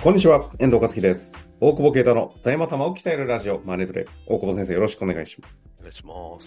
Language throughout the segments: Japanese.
こんにちは、遠藤和樹です。大久保啓太の財務頭を鍛えるラジオ、マネトレ。大久保先生、よろしくお願いします。 お願いします。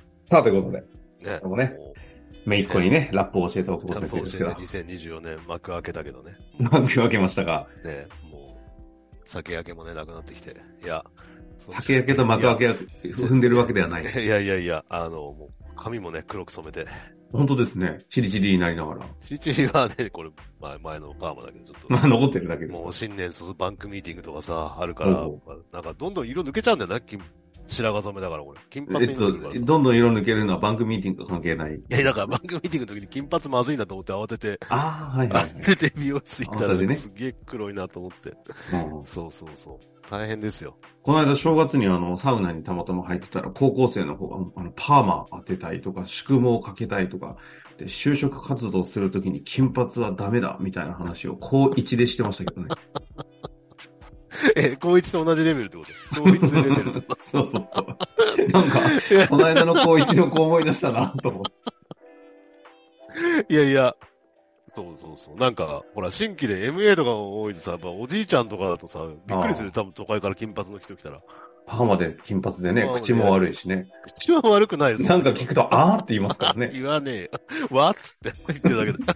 さあ、ということで、 ね、 めいっ子にね、ラップを教えた大久保先生ですけど。 2024年幕開けたけどね。 幕開けましたが。 ね、もう、酒焼けもね、なくなってきて。いや、 酒焼けと幕開けが踏んでるわけではない。 いや、もう、髪もね、黒く染めて。 本当ですね。チリチリになりながら。 チリチリはね、これ、前のパーマだけど、ちょっと。 まあ、残ってるだけです。 もう新年バンクミーティングとかさ、あるから、なんかどんどん色抜けちゃうんだよな、白髪染めだからこれ。金髪になってるからさ。 どんどん色抜けるのはバンクミーティングと関係ない。いや、だからバンクミーティングの時に金髪まずいなと思って慌てて。 はいはい。 慌てて美容室行ったら、ね、すげえ黒いなと思って。そう。大変ですよ。 この間正月にサウナにたまたま入ってたら、高校生の子がパーマ当てたいとか、宿毛をかけたいとか、で、就職活動するときに金髪はダメだみたいな話を高1でしてましたけどね。 高1と同じレベルってこと高1レベルとか。 そう。なんか、この間の高1の子思い出したなと思って。 いや、そう。なんか、ほら、新規で MA とかも多いとさ、やっぱおじいちゃんとかだとさ、びっくりする。多分都会から金髪の人来たら。 パーマで金髪でね、口も悪いしね。 口は悪くないですなんか聞くと、あーって言いますからね。 言わねえよ。わっつって言ってるだけで。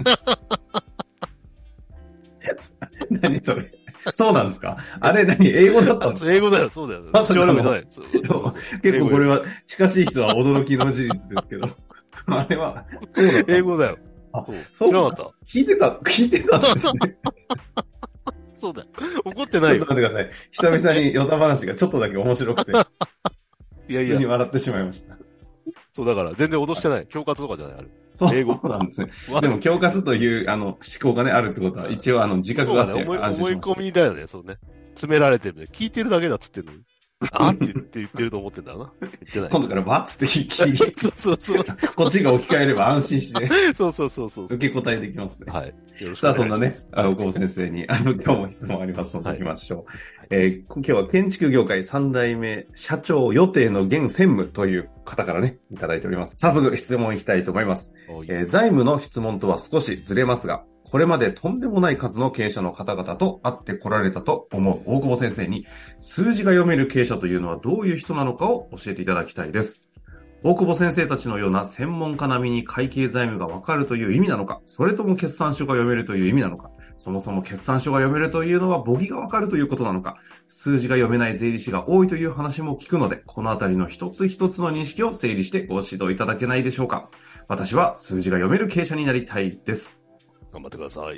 何それ。そうなんですか？あれ英語だったんですか？ 英語だよ、そうだよ。口悪くない。そう結構これは近しい人は驚きの事実ですけど。あれは、そうだった。 英語だよ。そう。知らなかった聞いてたんですね。 そうだよ。怒ってないよ。 ちょっと待ってください。久々にヨタ話がちょっとだけ面白くて。 いや。 普通に笑ってしまいました。 そう、だから全然脅してない。恐喝とかじゃない、あれ。 そうなんですね。でも恐喝という、思考がね、あるってことは、一応自覚があって、 思い込みだよね、そうね。詰められてるね。聞いてるだけだっつってんのに。あって言ってると思ってんだな。言ってない。 今度からバッつって聞き。 そう。 こっちが置き換えれば安心して。 そう。 受け答えできますね。 はい。 よろしくお願いします。さあ、そんなね、大久保先生に、今日も質問ありますので、行きましょう。今日は建築業界3代目社長予定の現専務という方からね、いただいております。早速質問いきたいと思います。財務の質問とは少しずれますが、これまでとんでもない数の経営者の方々と会ってこられたと思う大久保先生に、数字が読める経営者というのはどういう人なのかを教えていただきたいです。大久保先生たちのような専門家並みに会計財務がわかるという意味なのか、それとも決算書が読めるという意味なのか、そもそも決算書が読めるというのは簿記がわかるということなのか、数字が読めない税理士が多いという話も聞くので、このあたりの一つ一つの認識を整理してご指導いただけないでしょうか。私は数字が読める経営者になりたいです。 頑張ってください。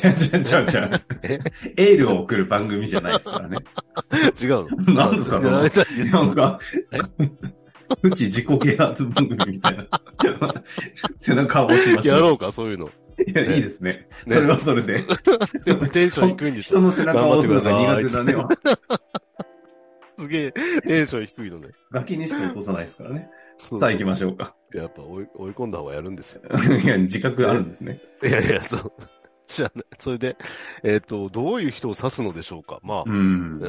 エールを送る番組じゃないですからね。 違うの？ なんですかなんか、プチ自己啓発番組みたいな。背中を押しましょう。 やろうか、そういうの。 いや、いいですね。それはそれで。 でもテンション低いんでしょ。 人の背中を押すのが苦手だね。 すげえ、テンション低いのね。 ガキにしか起こさないですからね。さあ行きましょうか。 やっぱ追い込んだ方がやるんですよ。 いや、自覚あるんですね。 いや、そう。知らない。それで、どういう人を指すのでしょうか。まあ、どう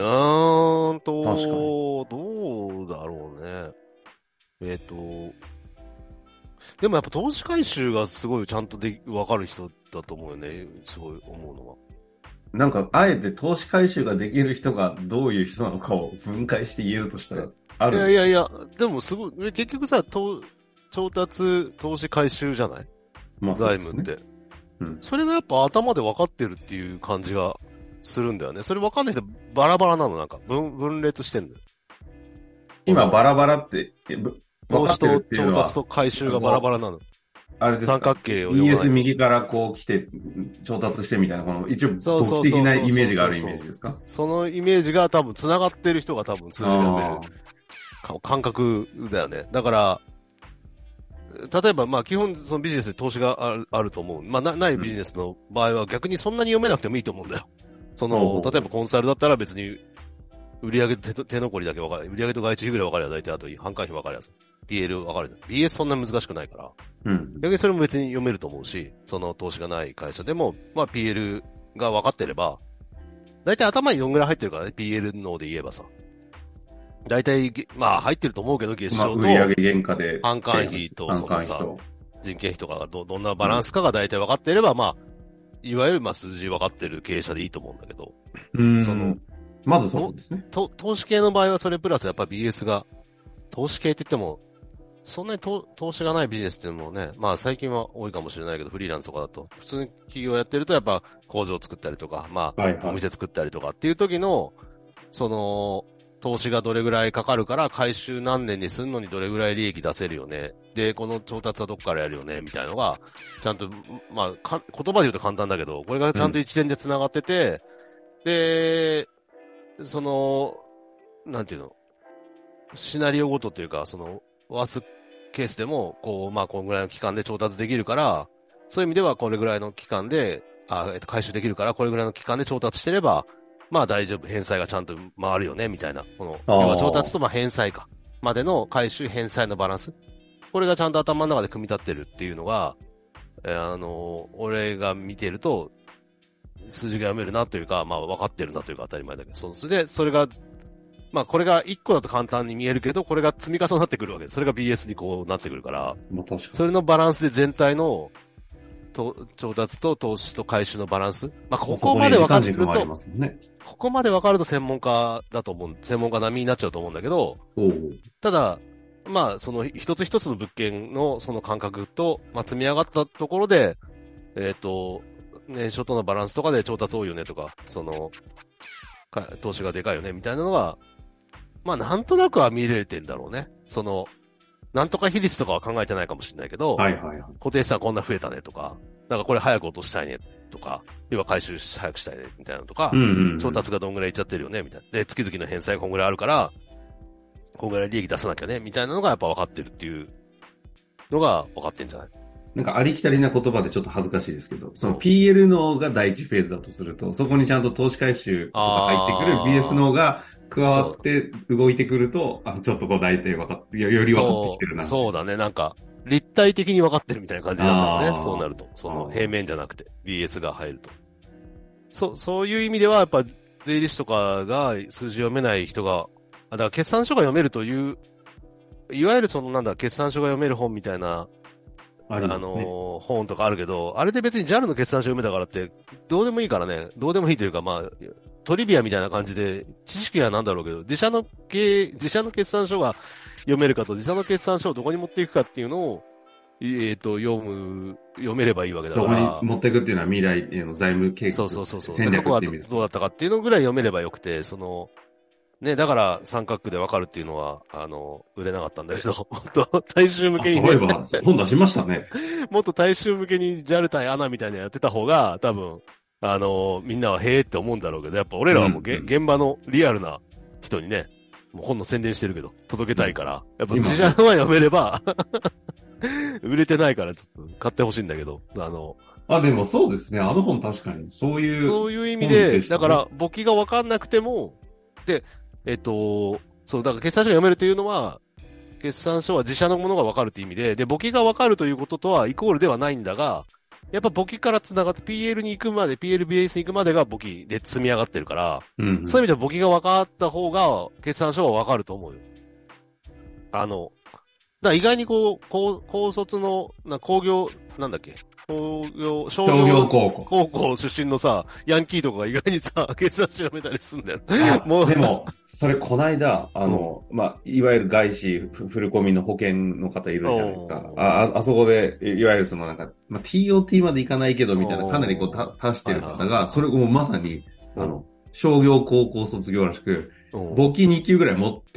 だろうね。でもやっぱ投資回収がすごいちゃんとわかる人だと思うよね。すごい思うのは。 なんか、あえて投資回収ができる人がどういう人なのかを分解して言えるとしたら、ある。 いや、でもすごい、結局さ、調達、投資回収じゃない、まあ財務って、それがやっぱ頭で分かってるっていう感じがするんだよね。それ分かんない人バラバラなの、なんか分裂してんのよ。 今バラバラって、 投資と調達と回収がバラバラなの。 あれですか、 三角形を読まないと。 ES 右からこう来て、調達してみたいな、この一応、簿記的なイメージがあるイメージですか？ そのイメージが多分繋がってる人が多分数字が読める感覚だよね。だから、例えば、まあ、基本、そのビジネスで投資があると思う。まあ、ないビジネスの場合は逆にそんなに読めなくてもいいと思うんだよ。例えばコンサルだったら別に、売上と手残りだけ分かる。売上と外注費ぐらい分かるやつ、大体あと販管費分かるやつ。PL 分かる。BS そんな難しくないから。逆にそれも別に読めると思うし、その投資がない会社でも、まあ PL が分かってれば、大体頭にどんぐらい入ってるからね、PL ので言えばさ。大体、まあ入ってると思うけど、月賞と、 売上原価で、 販管費と、そのさ、人件費とかがどんなバランスかが大体分かっていれば、まあ、いわゆるまあ数字分かってる経営者でいいと思うんだけど。 その、 まずそうですね。 投資系の場合はそれプラスやっぱ BS が、投資系って言っても、そんなに投資がないビジネスっていうのもね、まあ最近は多いかもしれないけど、フリーランスとかだと、普通に企業やってるとやっぱ工場作ったりとか、まあ、お店作ったりとかっていう時の、その、投資がどれぐらいかかるから、回収何年にするのにどれぐらい利益出せるよね。で、この調達はどこからやるよね、みたいなのが、ちゃんと、まあ、言葉で言うと簡単だけど、これがちゃんと一連で繋がってて、で、その、なんていうの、シナリオごとっていうか、その、ワースケースでも、こう、まあ、このぐらいの期間で調達できるから、そういう意味ではこれぐらいの期間で、回収できるから、これぐらいの期間で調達してれば、まあ大丈夫、返済がちゃんと回るよね、みたいな。この、要は調達とまあ返済か。までの回収返済のバランス。これがちゃんと頭の中で組み立ってるっていうのが、俺が見てると、数字が読めるなというか、まあ分かってるなというか当たり前だけど、それが、まあこれが1個だと簡単に見えるけど、これが積み重なってくるわけです。それが BS にこうなってくるから、 まあ、確かにそれのバランスで全体の、調達と投資と回収のバランス。まあ、ここまで分かると、ここまで分かると専門家だと思う、専門家並みになっちゃうと思うんだけど、ただ、まあ、その一つ一つの物件のその感覚と、まあ、積み上がったところで、年初とのバランスとかで調達多いよねとか、その、投資がでかいよねみたいなのが、まあ、なんとなくは見れてんだろうね。その、なんとか比率とかは考えてないかもしれないけど、固定資産こんな増えたねとか、なんかこれ早く落としたいねとか、要は回収早くしたいねみたいなのとか、調達がどんぐらいいっちゃってるよねみたいな。で、月々の返済がこんぐらいあるから、こんぐらい利益出さなきゃねみたいなのがやっぱ分かってるっていうのが分かってんじゃない？ なんかありきたりな言葉でちょっと恥ずかしいですけど、その PL 脳が第一フェーズだとすると、そこにちゃんと投資回収とか入ってくる BS 脳が加わって動いてくると、ちょっとこう大体分かって、より分かってきてるな。 そうだね、なんか、立体的に分かってるみたいな感じなんだろうね。そうなると。その平面じゃなくて、BS が入ると。そういう意味では、やっぱ、税理士とかが数字読めない人が、だから決算書が読めるという、いわゆるその決算書が読める本みたいな、本とかあるけど、あれで別に JAL の決算書読めたからって、どうでもいいからね、どうでもいいというか、まあ、トリビアみたいな感じで、知識はなんだろうけど、自社の決算書が読めるかと、自社の決算書をどこに持っていくかっていうのを、読めればいいわけだから。 どこに持っていくっていうのは未来への財務計画。 そう。 戦略っていう意味です。 どうだったかっていうのぐらい読めればよくて、ね、だから三角区でわかるっていうのは、売れなかったんだけど、もっと大衆向けに、ね。 そういえば、本出しましたね。 もっと大衆向けに JAL 対 ANA みたいなのやってた方が、多分、みんなはへーって思うんだろうけど、やっぱ俺らはもう現場のリアルな人にね、もう本の宣伝してるけど、届けたいから、やっぱ自社のは読めれば、売れてないからちょっと買ってほしいんだけど、 でもそうですね、本確かに、そういう意味で、だから、簿記がわかんなくても、で、だから決算書が読めるというのは、決算書は自社のものがわかるって意味で、簿記がわかるということとはイコールではないんだが、やっぱ簿記から繋がって PL に行くまで、PLBS に行くまでが簿記で積み上がってるから、そういう意味では簿記が分かった方が、決算書は分かると思うよ。だから意外に高卒の、工業、なんだっけ商業高校出身のさ、ヤンキーとかが意外にさ、決算書読めたりするんだよ。 でも、それこないだ、いわゆる外資、フルコミの保険の方いるじゃないですか。あそこで、いわゆるTOT までいかないけど、みたいな、かなり足してる方が、それもまさに、商業高校卒業らしく、簿記2級ぐらい持って、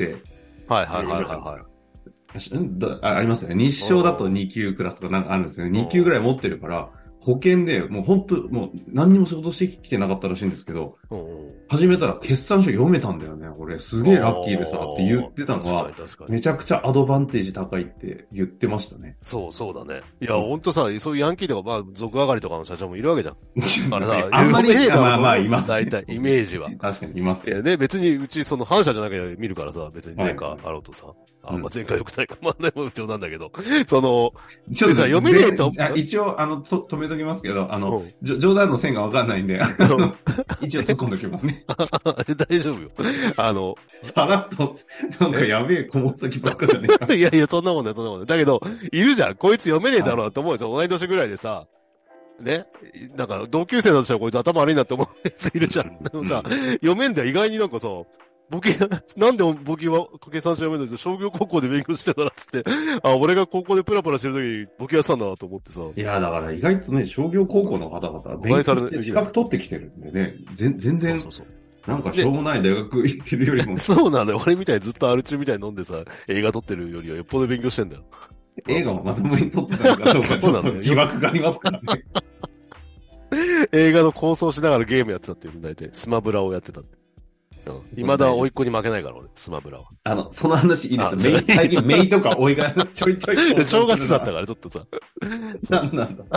ありますよね。日照だと2級クラスとかなんかあるんですよね。2級ぐらい持ってるから、保険で、もう本当もう何にも仕事してきてなかったらしいんですけど、始めたら決算書読めたんだよね。俺すげえラッキーでさって言ってたのは、めちゃくちゃアドバンテージ高いって言ってましたね。 そうだね。いや、ほんとさ、そういうヤンキーとか、まあ、俗上がりとかの社長もいるわけじゃん。 あれさ、あんまりまあ、います、 ね。大体、イメージは。 確かにいます。 いやね、別に、うち、反社じゃなきゃ見るからさ、別に前科あろうとさ。まあ、前科良くないか。まあ、でも、冗談だけど。ちょっと読めねえと。 一応、止めときますけど、冗談の線がわかんないんで、一応突っ込んでおきますね。 大丈夫よ。 さらっと、なんかやべえ、小物先ばっかじゃねえか。 いや、そんなもんね。だけど、いるじゃん。こいつ読めねえだろうと思うよ。同い年ぐらいでさ、 ね。なんか、同級生だとしたらこいつ頭悪いなって思うやついるじゃん。でもさ、読めんだよ。意外になんかさ、なんで簿記は計算書読めないと商業高校で勉強してたらっつって、あ、俺が高校でプラプラしてる時、簿記やってたんだなと思ってさ。 いや、だから意外とね、商業高校の方々、勉強して資格取ってきてるんでね、全然、なんかしょうもない大学行ってるよりも。 そうなんだよ。俺みたいにずっとアル中みたいに飲んでさ、映画撮ってるよりはよっぽど勉強してんだよ。 映画もまともに撮ってたのかどうかちょっと疑惑がありますからね。 映画の構想しながらゲームやってたっていう大体、スマブラをやってたって。未だ甥っ子に負けないから俺、スマブラは。 その話いいですよ。最近メイとか甥がちょいちょい。 正月だったからちょっとさ。 なんだ。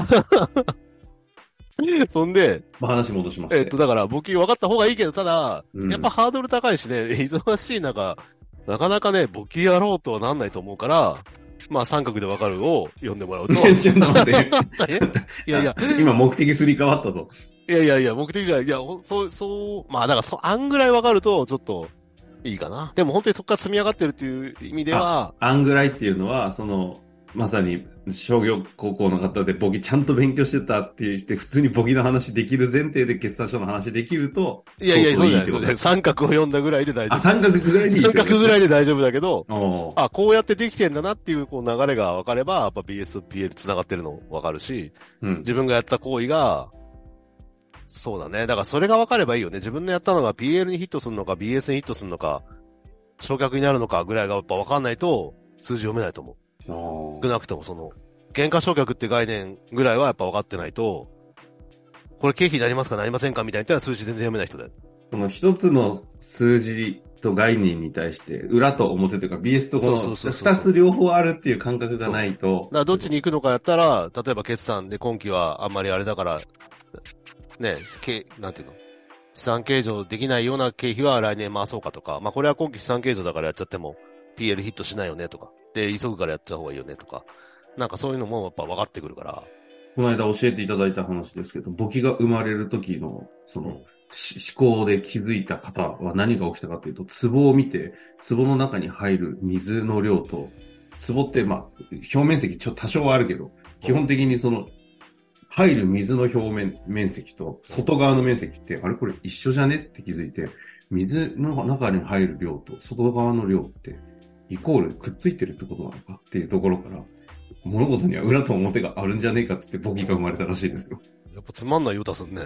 そんで、 話戻しまして。 だから簿記分かった方がいいけど、ただ、やっぱハードル高いしね、忙しい中、なかなかね、簿記やろうとはなんないと思うから、まあ三角で分かるを読んでもらうと。 ちょっと待って。 いやいや。 今目的すり替わったぞ。 いや、目的じゃない。いや、まあだから案ぐらい分かると、ちょっと、いいかな。でも本当にそこから積み上がってるっていう意味では。 案ぐらいっていうのは、まさに商業高校の方で簿記ちゃんと勉強してたって言って、普通に簿記の話できる前提で決算書の話できると。 いや、そうじゃない、そうじゃない。三角を読んだぐらいで大丈夫。 三角ぐらいでいい。 三角ぐらいで大丈夫だけど、こうやってできてんだなっていうこう流れが分かれば、やっぱ BS と PL 繋がってるの分かるし、自分がやった行為が、そうだね。だからそれが分かればいいよね。自分のやったのが PL にヒットするのか、BS にヒットするのか、償却になるのかぐらいがやっぱ分かんないと、数字読めないと思う。少なくとも原価償却って概念ぐらいはやっぱ分かってないと、これ経費になりますかなりませんかみたいな数字全然読めない人だよ。 この一つの数字と概念に対して、裏と表というか BS とこの二つ両方あるっていう感覚がないと。 だからどっちに行くのかやったら、例えば決算で今期はあんまりあれだから、ね、なんていうの資産計上できないような経費は来年回そうかとか、まあこれは今期資産計上だからやっちゃっても PL ヒットしないよねとか、で、急ぐからやっちゃう方がいいよねとか、なんかそういうのもやっぱ分かってくるから。 この間教えていただいた話ですけど、簿記が生まれる時の、思考で気づいた方は何が起きたかというと、壺を見て、壺の中に入る水の量と、壺ってまあ、表面積多少はあるけど、基本的に入る水の表面積と外側の面積って、あれこれ一緒じゃねって気づいて、水の中に入る量と外側の量って、イコールくっついてるってことなのかっていうところから、物事には裏と表があるんじゃねえかって簿記が生まれたらしいですよ。 やっぱつまんない歌すんね。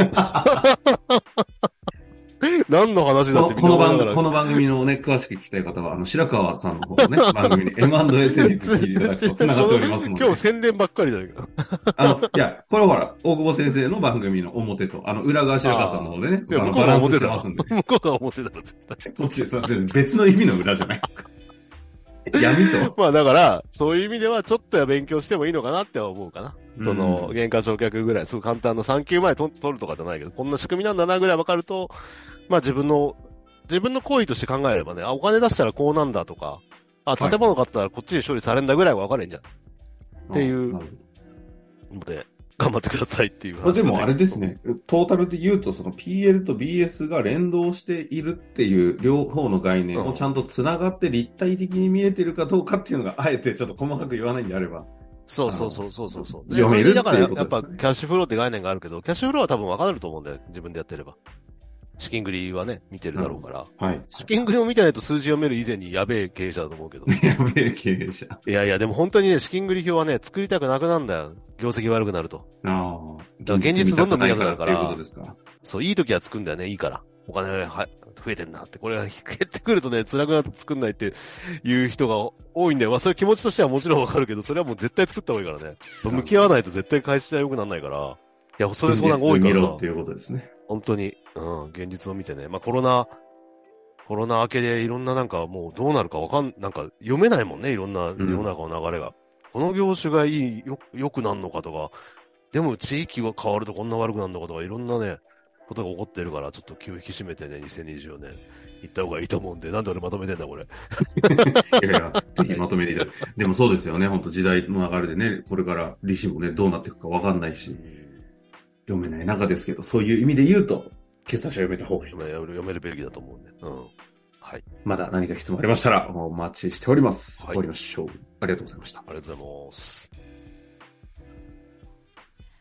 何の話だってこの番組のね、詳しく聞きたい方は、白川さんの方のね、番組に M&A 戦略聞いていただくと繋がっておりますので。 今日宣伝ばっかりだけど。 いや、これほら、大久保先生の番組の表と、裏側白川さんの方でね、 向こうバランスが表だしてますんで。 向こうが表だろ、絶対。 こっち、別の意味の裏じゃないですか。闇と。 まあだから、そういう意味ではちょっとは勉強してもいいのかなって思うかな。原価償却ぐらい、すごい簡単な3級前取るとかじゃないけど、こんな仕組みなんだなぐらい分かると、まあ自分の行為として考えればね、お金出したらこうなんだとか、建物買ったらこっちに処理されるんだぐらいは分かるんじゃん。っていうので、頑張ってくださいっていう話。 でもあれですね、トータルで言うと、PL と BS が連動しているっていう両方の概念をちゃんと繋がって立体的に見えてるかどうかっていうのが、あえてちょっと細かく言わないんであれば。 そう。 読めるっていうことそれでだからですね。 やっぱキャッシュフローって概念があるけど、キャッシュフローは多分分かると思うんだよ。自分でやってれば。資金繰りはね、見てるだろうから。 はい。 資金繰りを見てないと数字読める以前にやべえ経営者だと思うけど。 やべえ経営者。 いや、でも本当にね、資金繰り表はね、作りたくなくなるんだよ。業績悪くなると。 だから現実どんどん見なくなるから。 っていうことですか。 そう、いい時は作るんだよね、いいから。お金増えてんなって。これが減ってくるとね、辛くなって作んないっていう人が多いんだよ。まあ、それ気持ちとしてはもちろんわかるけど、それはもう絶対作った方がいいからね。向き合わないと絶対会社良くならないから。いや、そういう相談が多いからさ。 っていうことですね。 本当に、現実を見てね。まあ、コロナ明けでいろんななんかもうどうなるかなんか読めないもんね、いろんな世の中の流れが。この業種が良くなるのかとか、でも地域が変わるとこんな悪くなるのかとか、いろんなね、ことが起こってるから、ちょっと気を引き締めてね、2024年行った方がいいと思うんで、なんで俺まとめてんだ、これ。 いや、ぜひまとめていただく。でもそうですよね、本当時代の流れでね、これから利子もね、どうなっていくかわかんないし、読めない中ですけど、そういう意味で言うと、決算書読めた方がいい。 読めるべきだと思うんで。はい。 まだ何か質問ありましたら、お待ちしております。 はい。 終わりましょう。ありがとうございました。 ありがとうございます。 本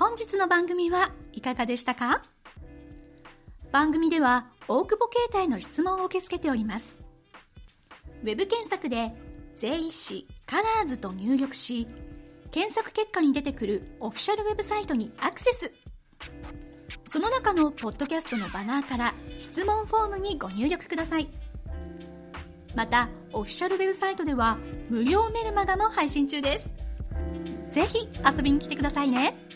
本日の番組はいかがでしたか？番組では大久保携帯の質問を受け付けております。ウェブ検索で税理士カラーズと入力し、検索結果に出てくるオフィシャルウェブサイトにアクセス。その中のポッドキャストのバナーから質問フォームにご入力ください。またオフィシャルウェブサイトでは無料メルマガも配信中です。ぜひ遊びに来てくださいね。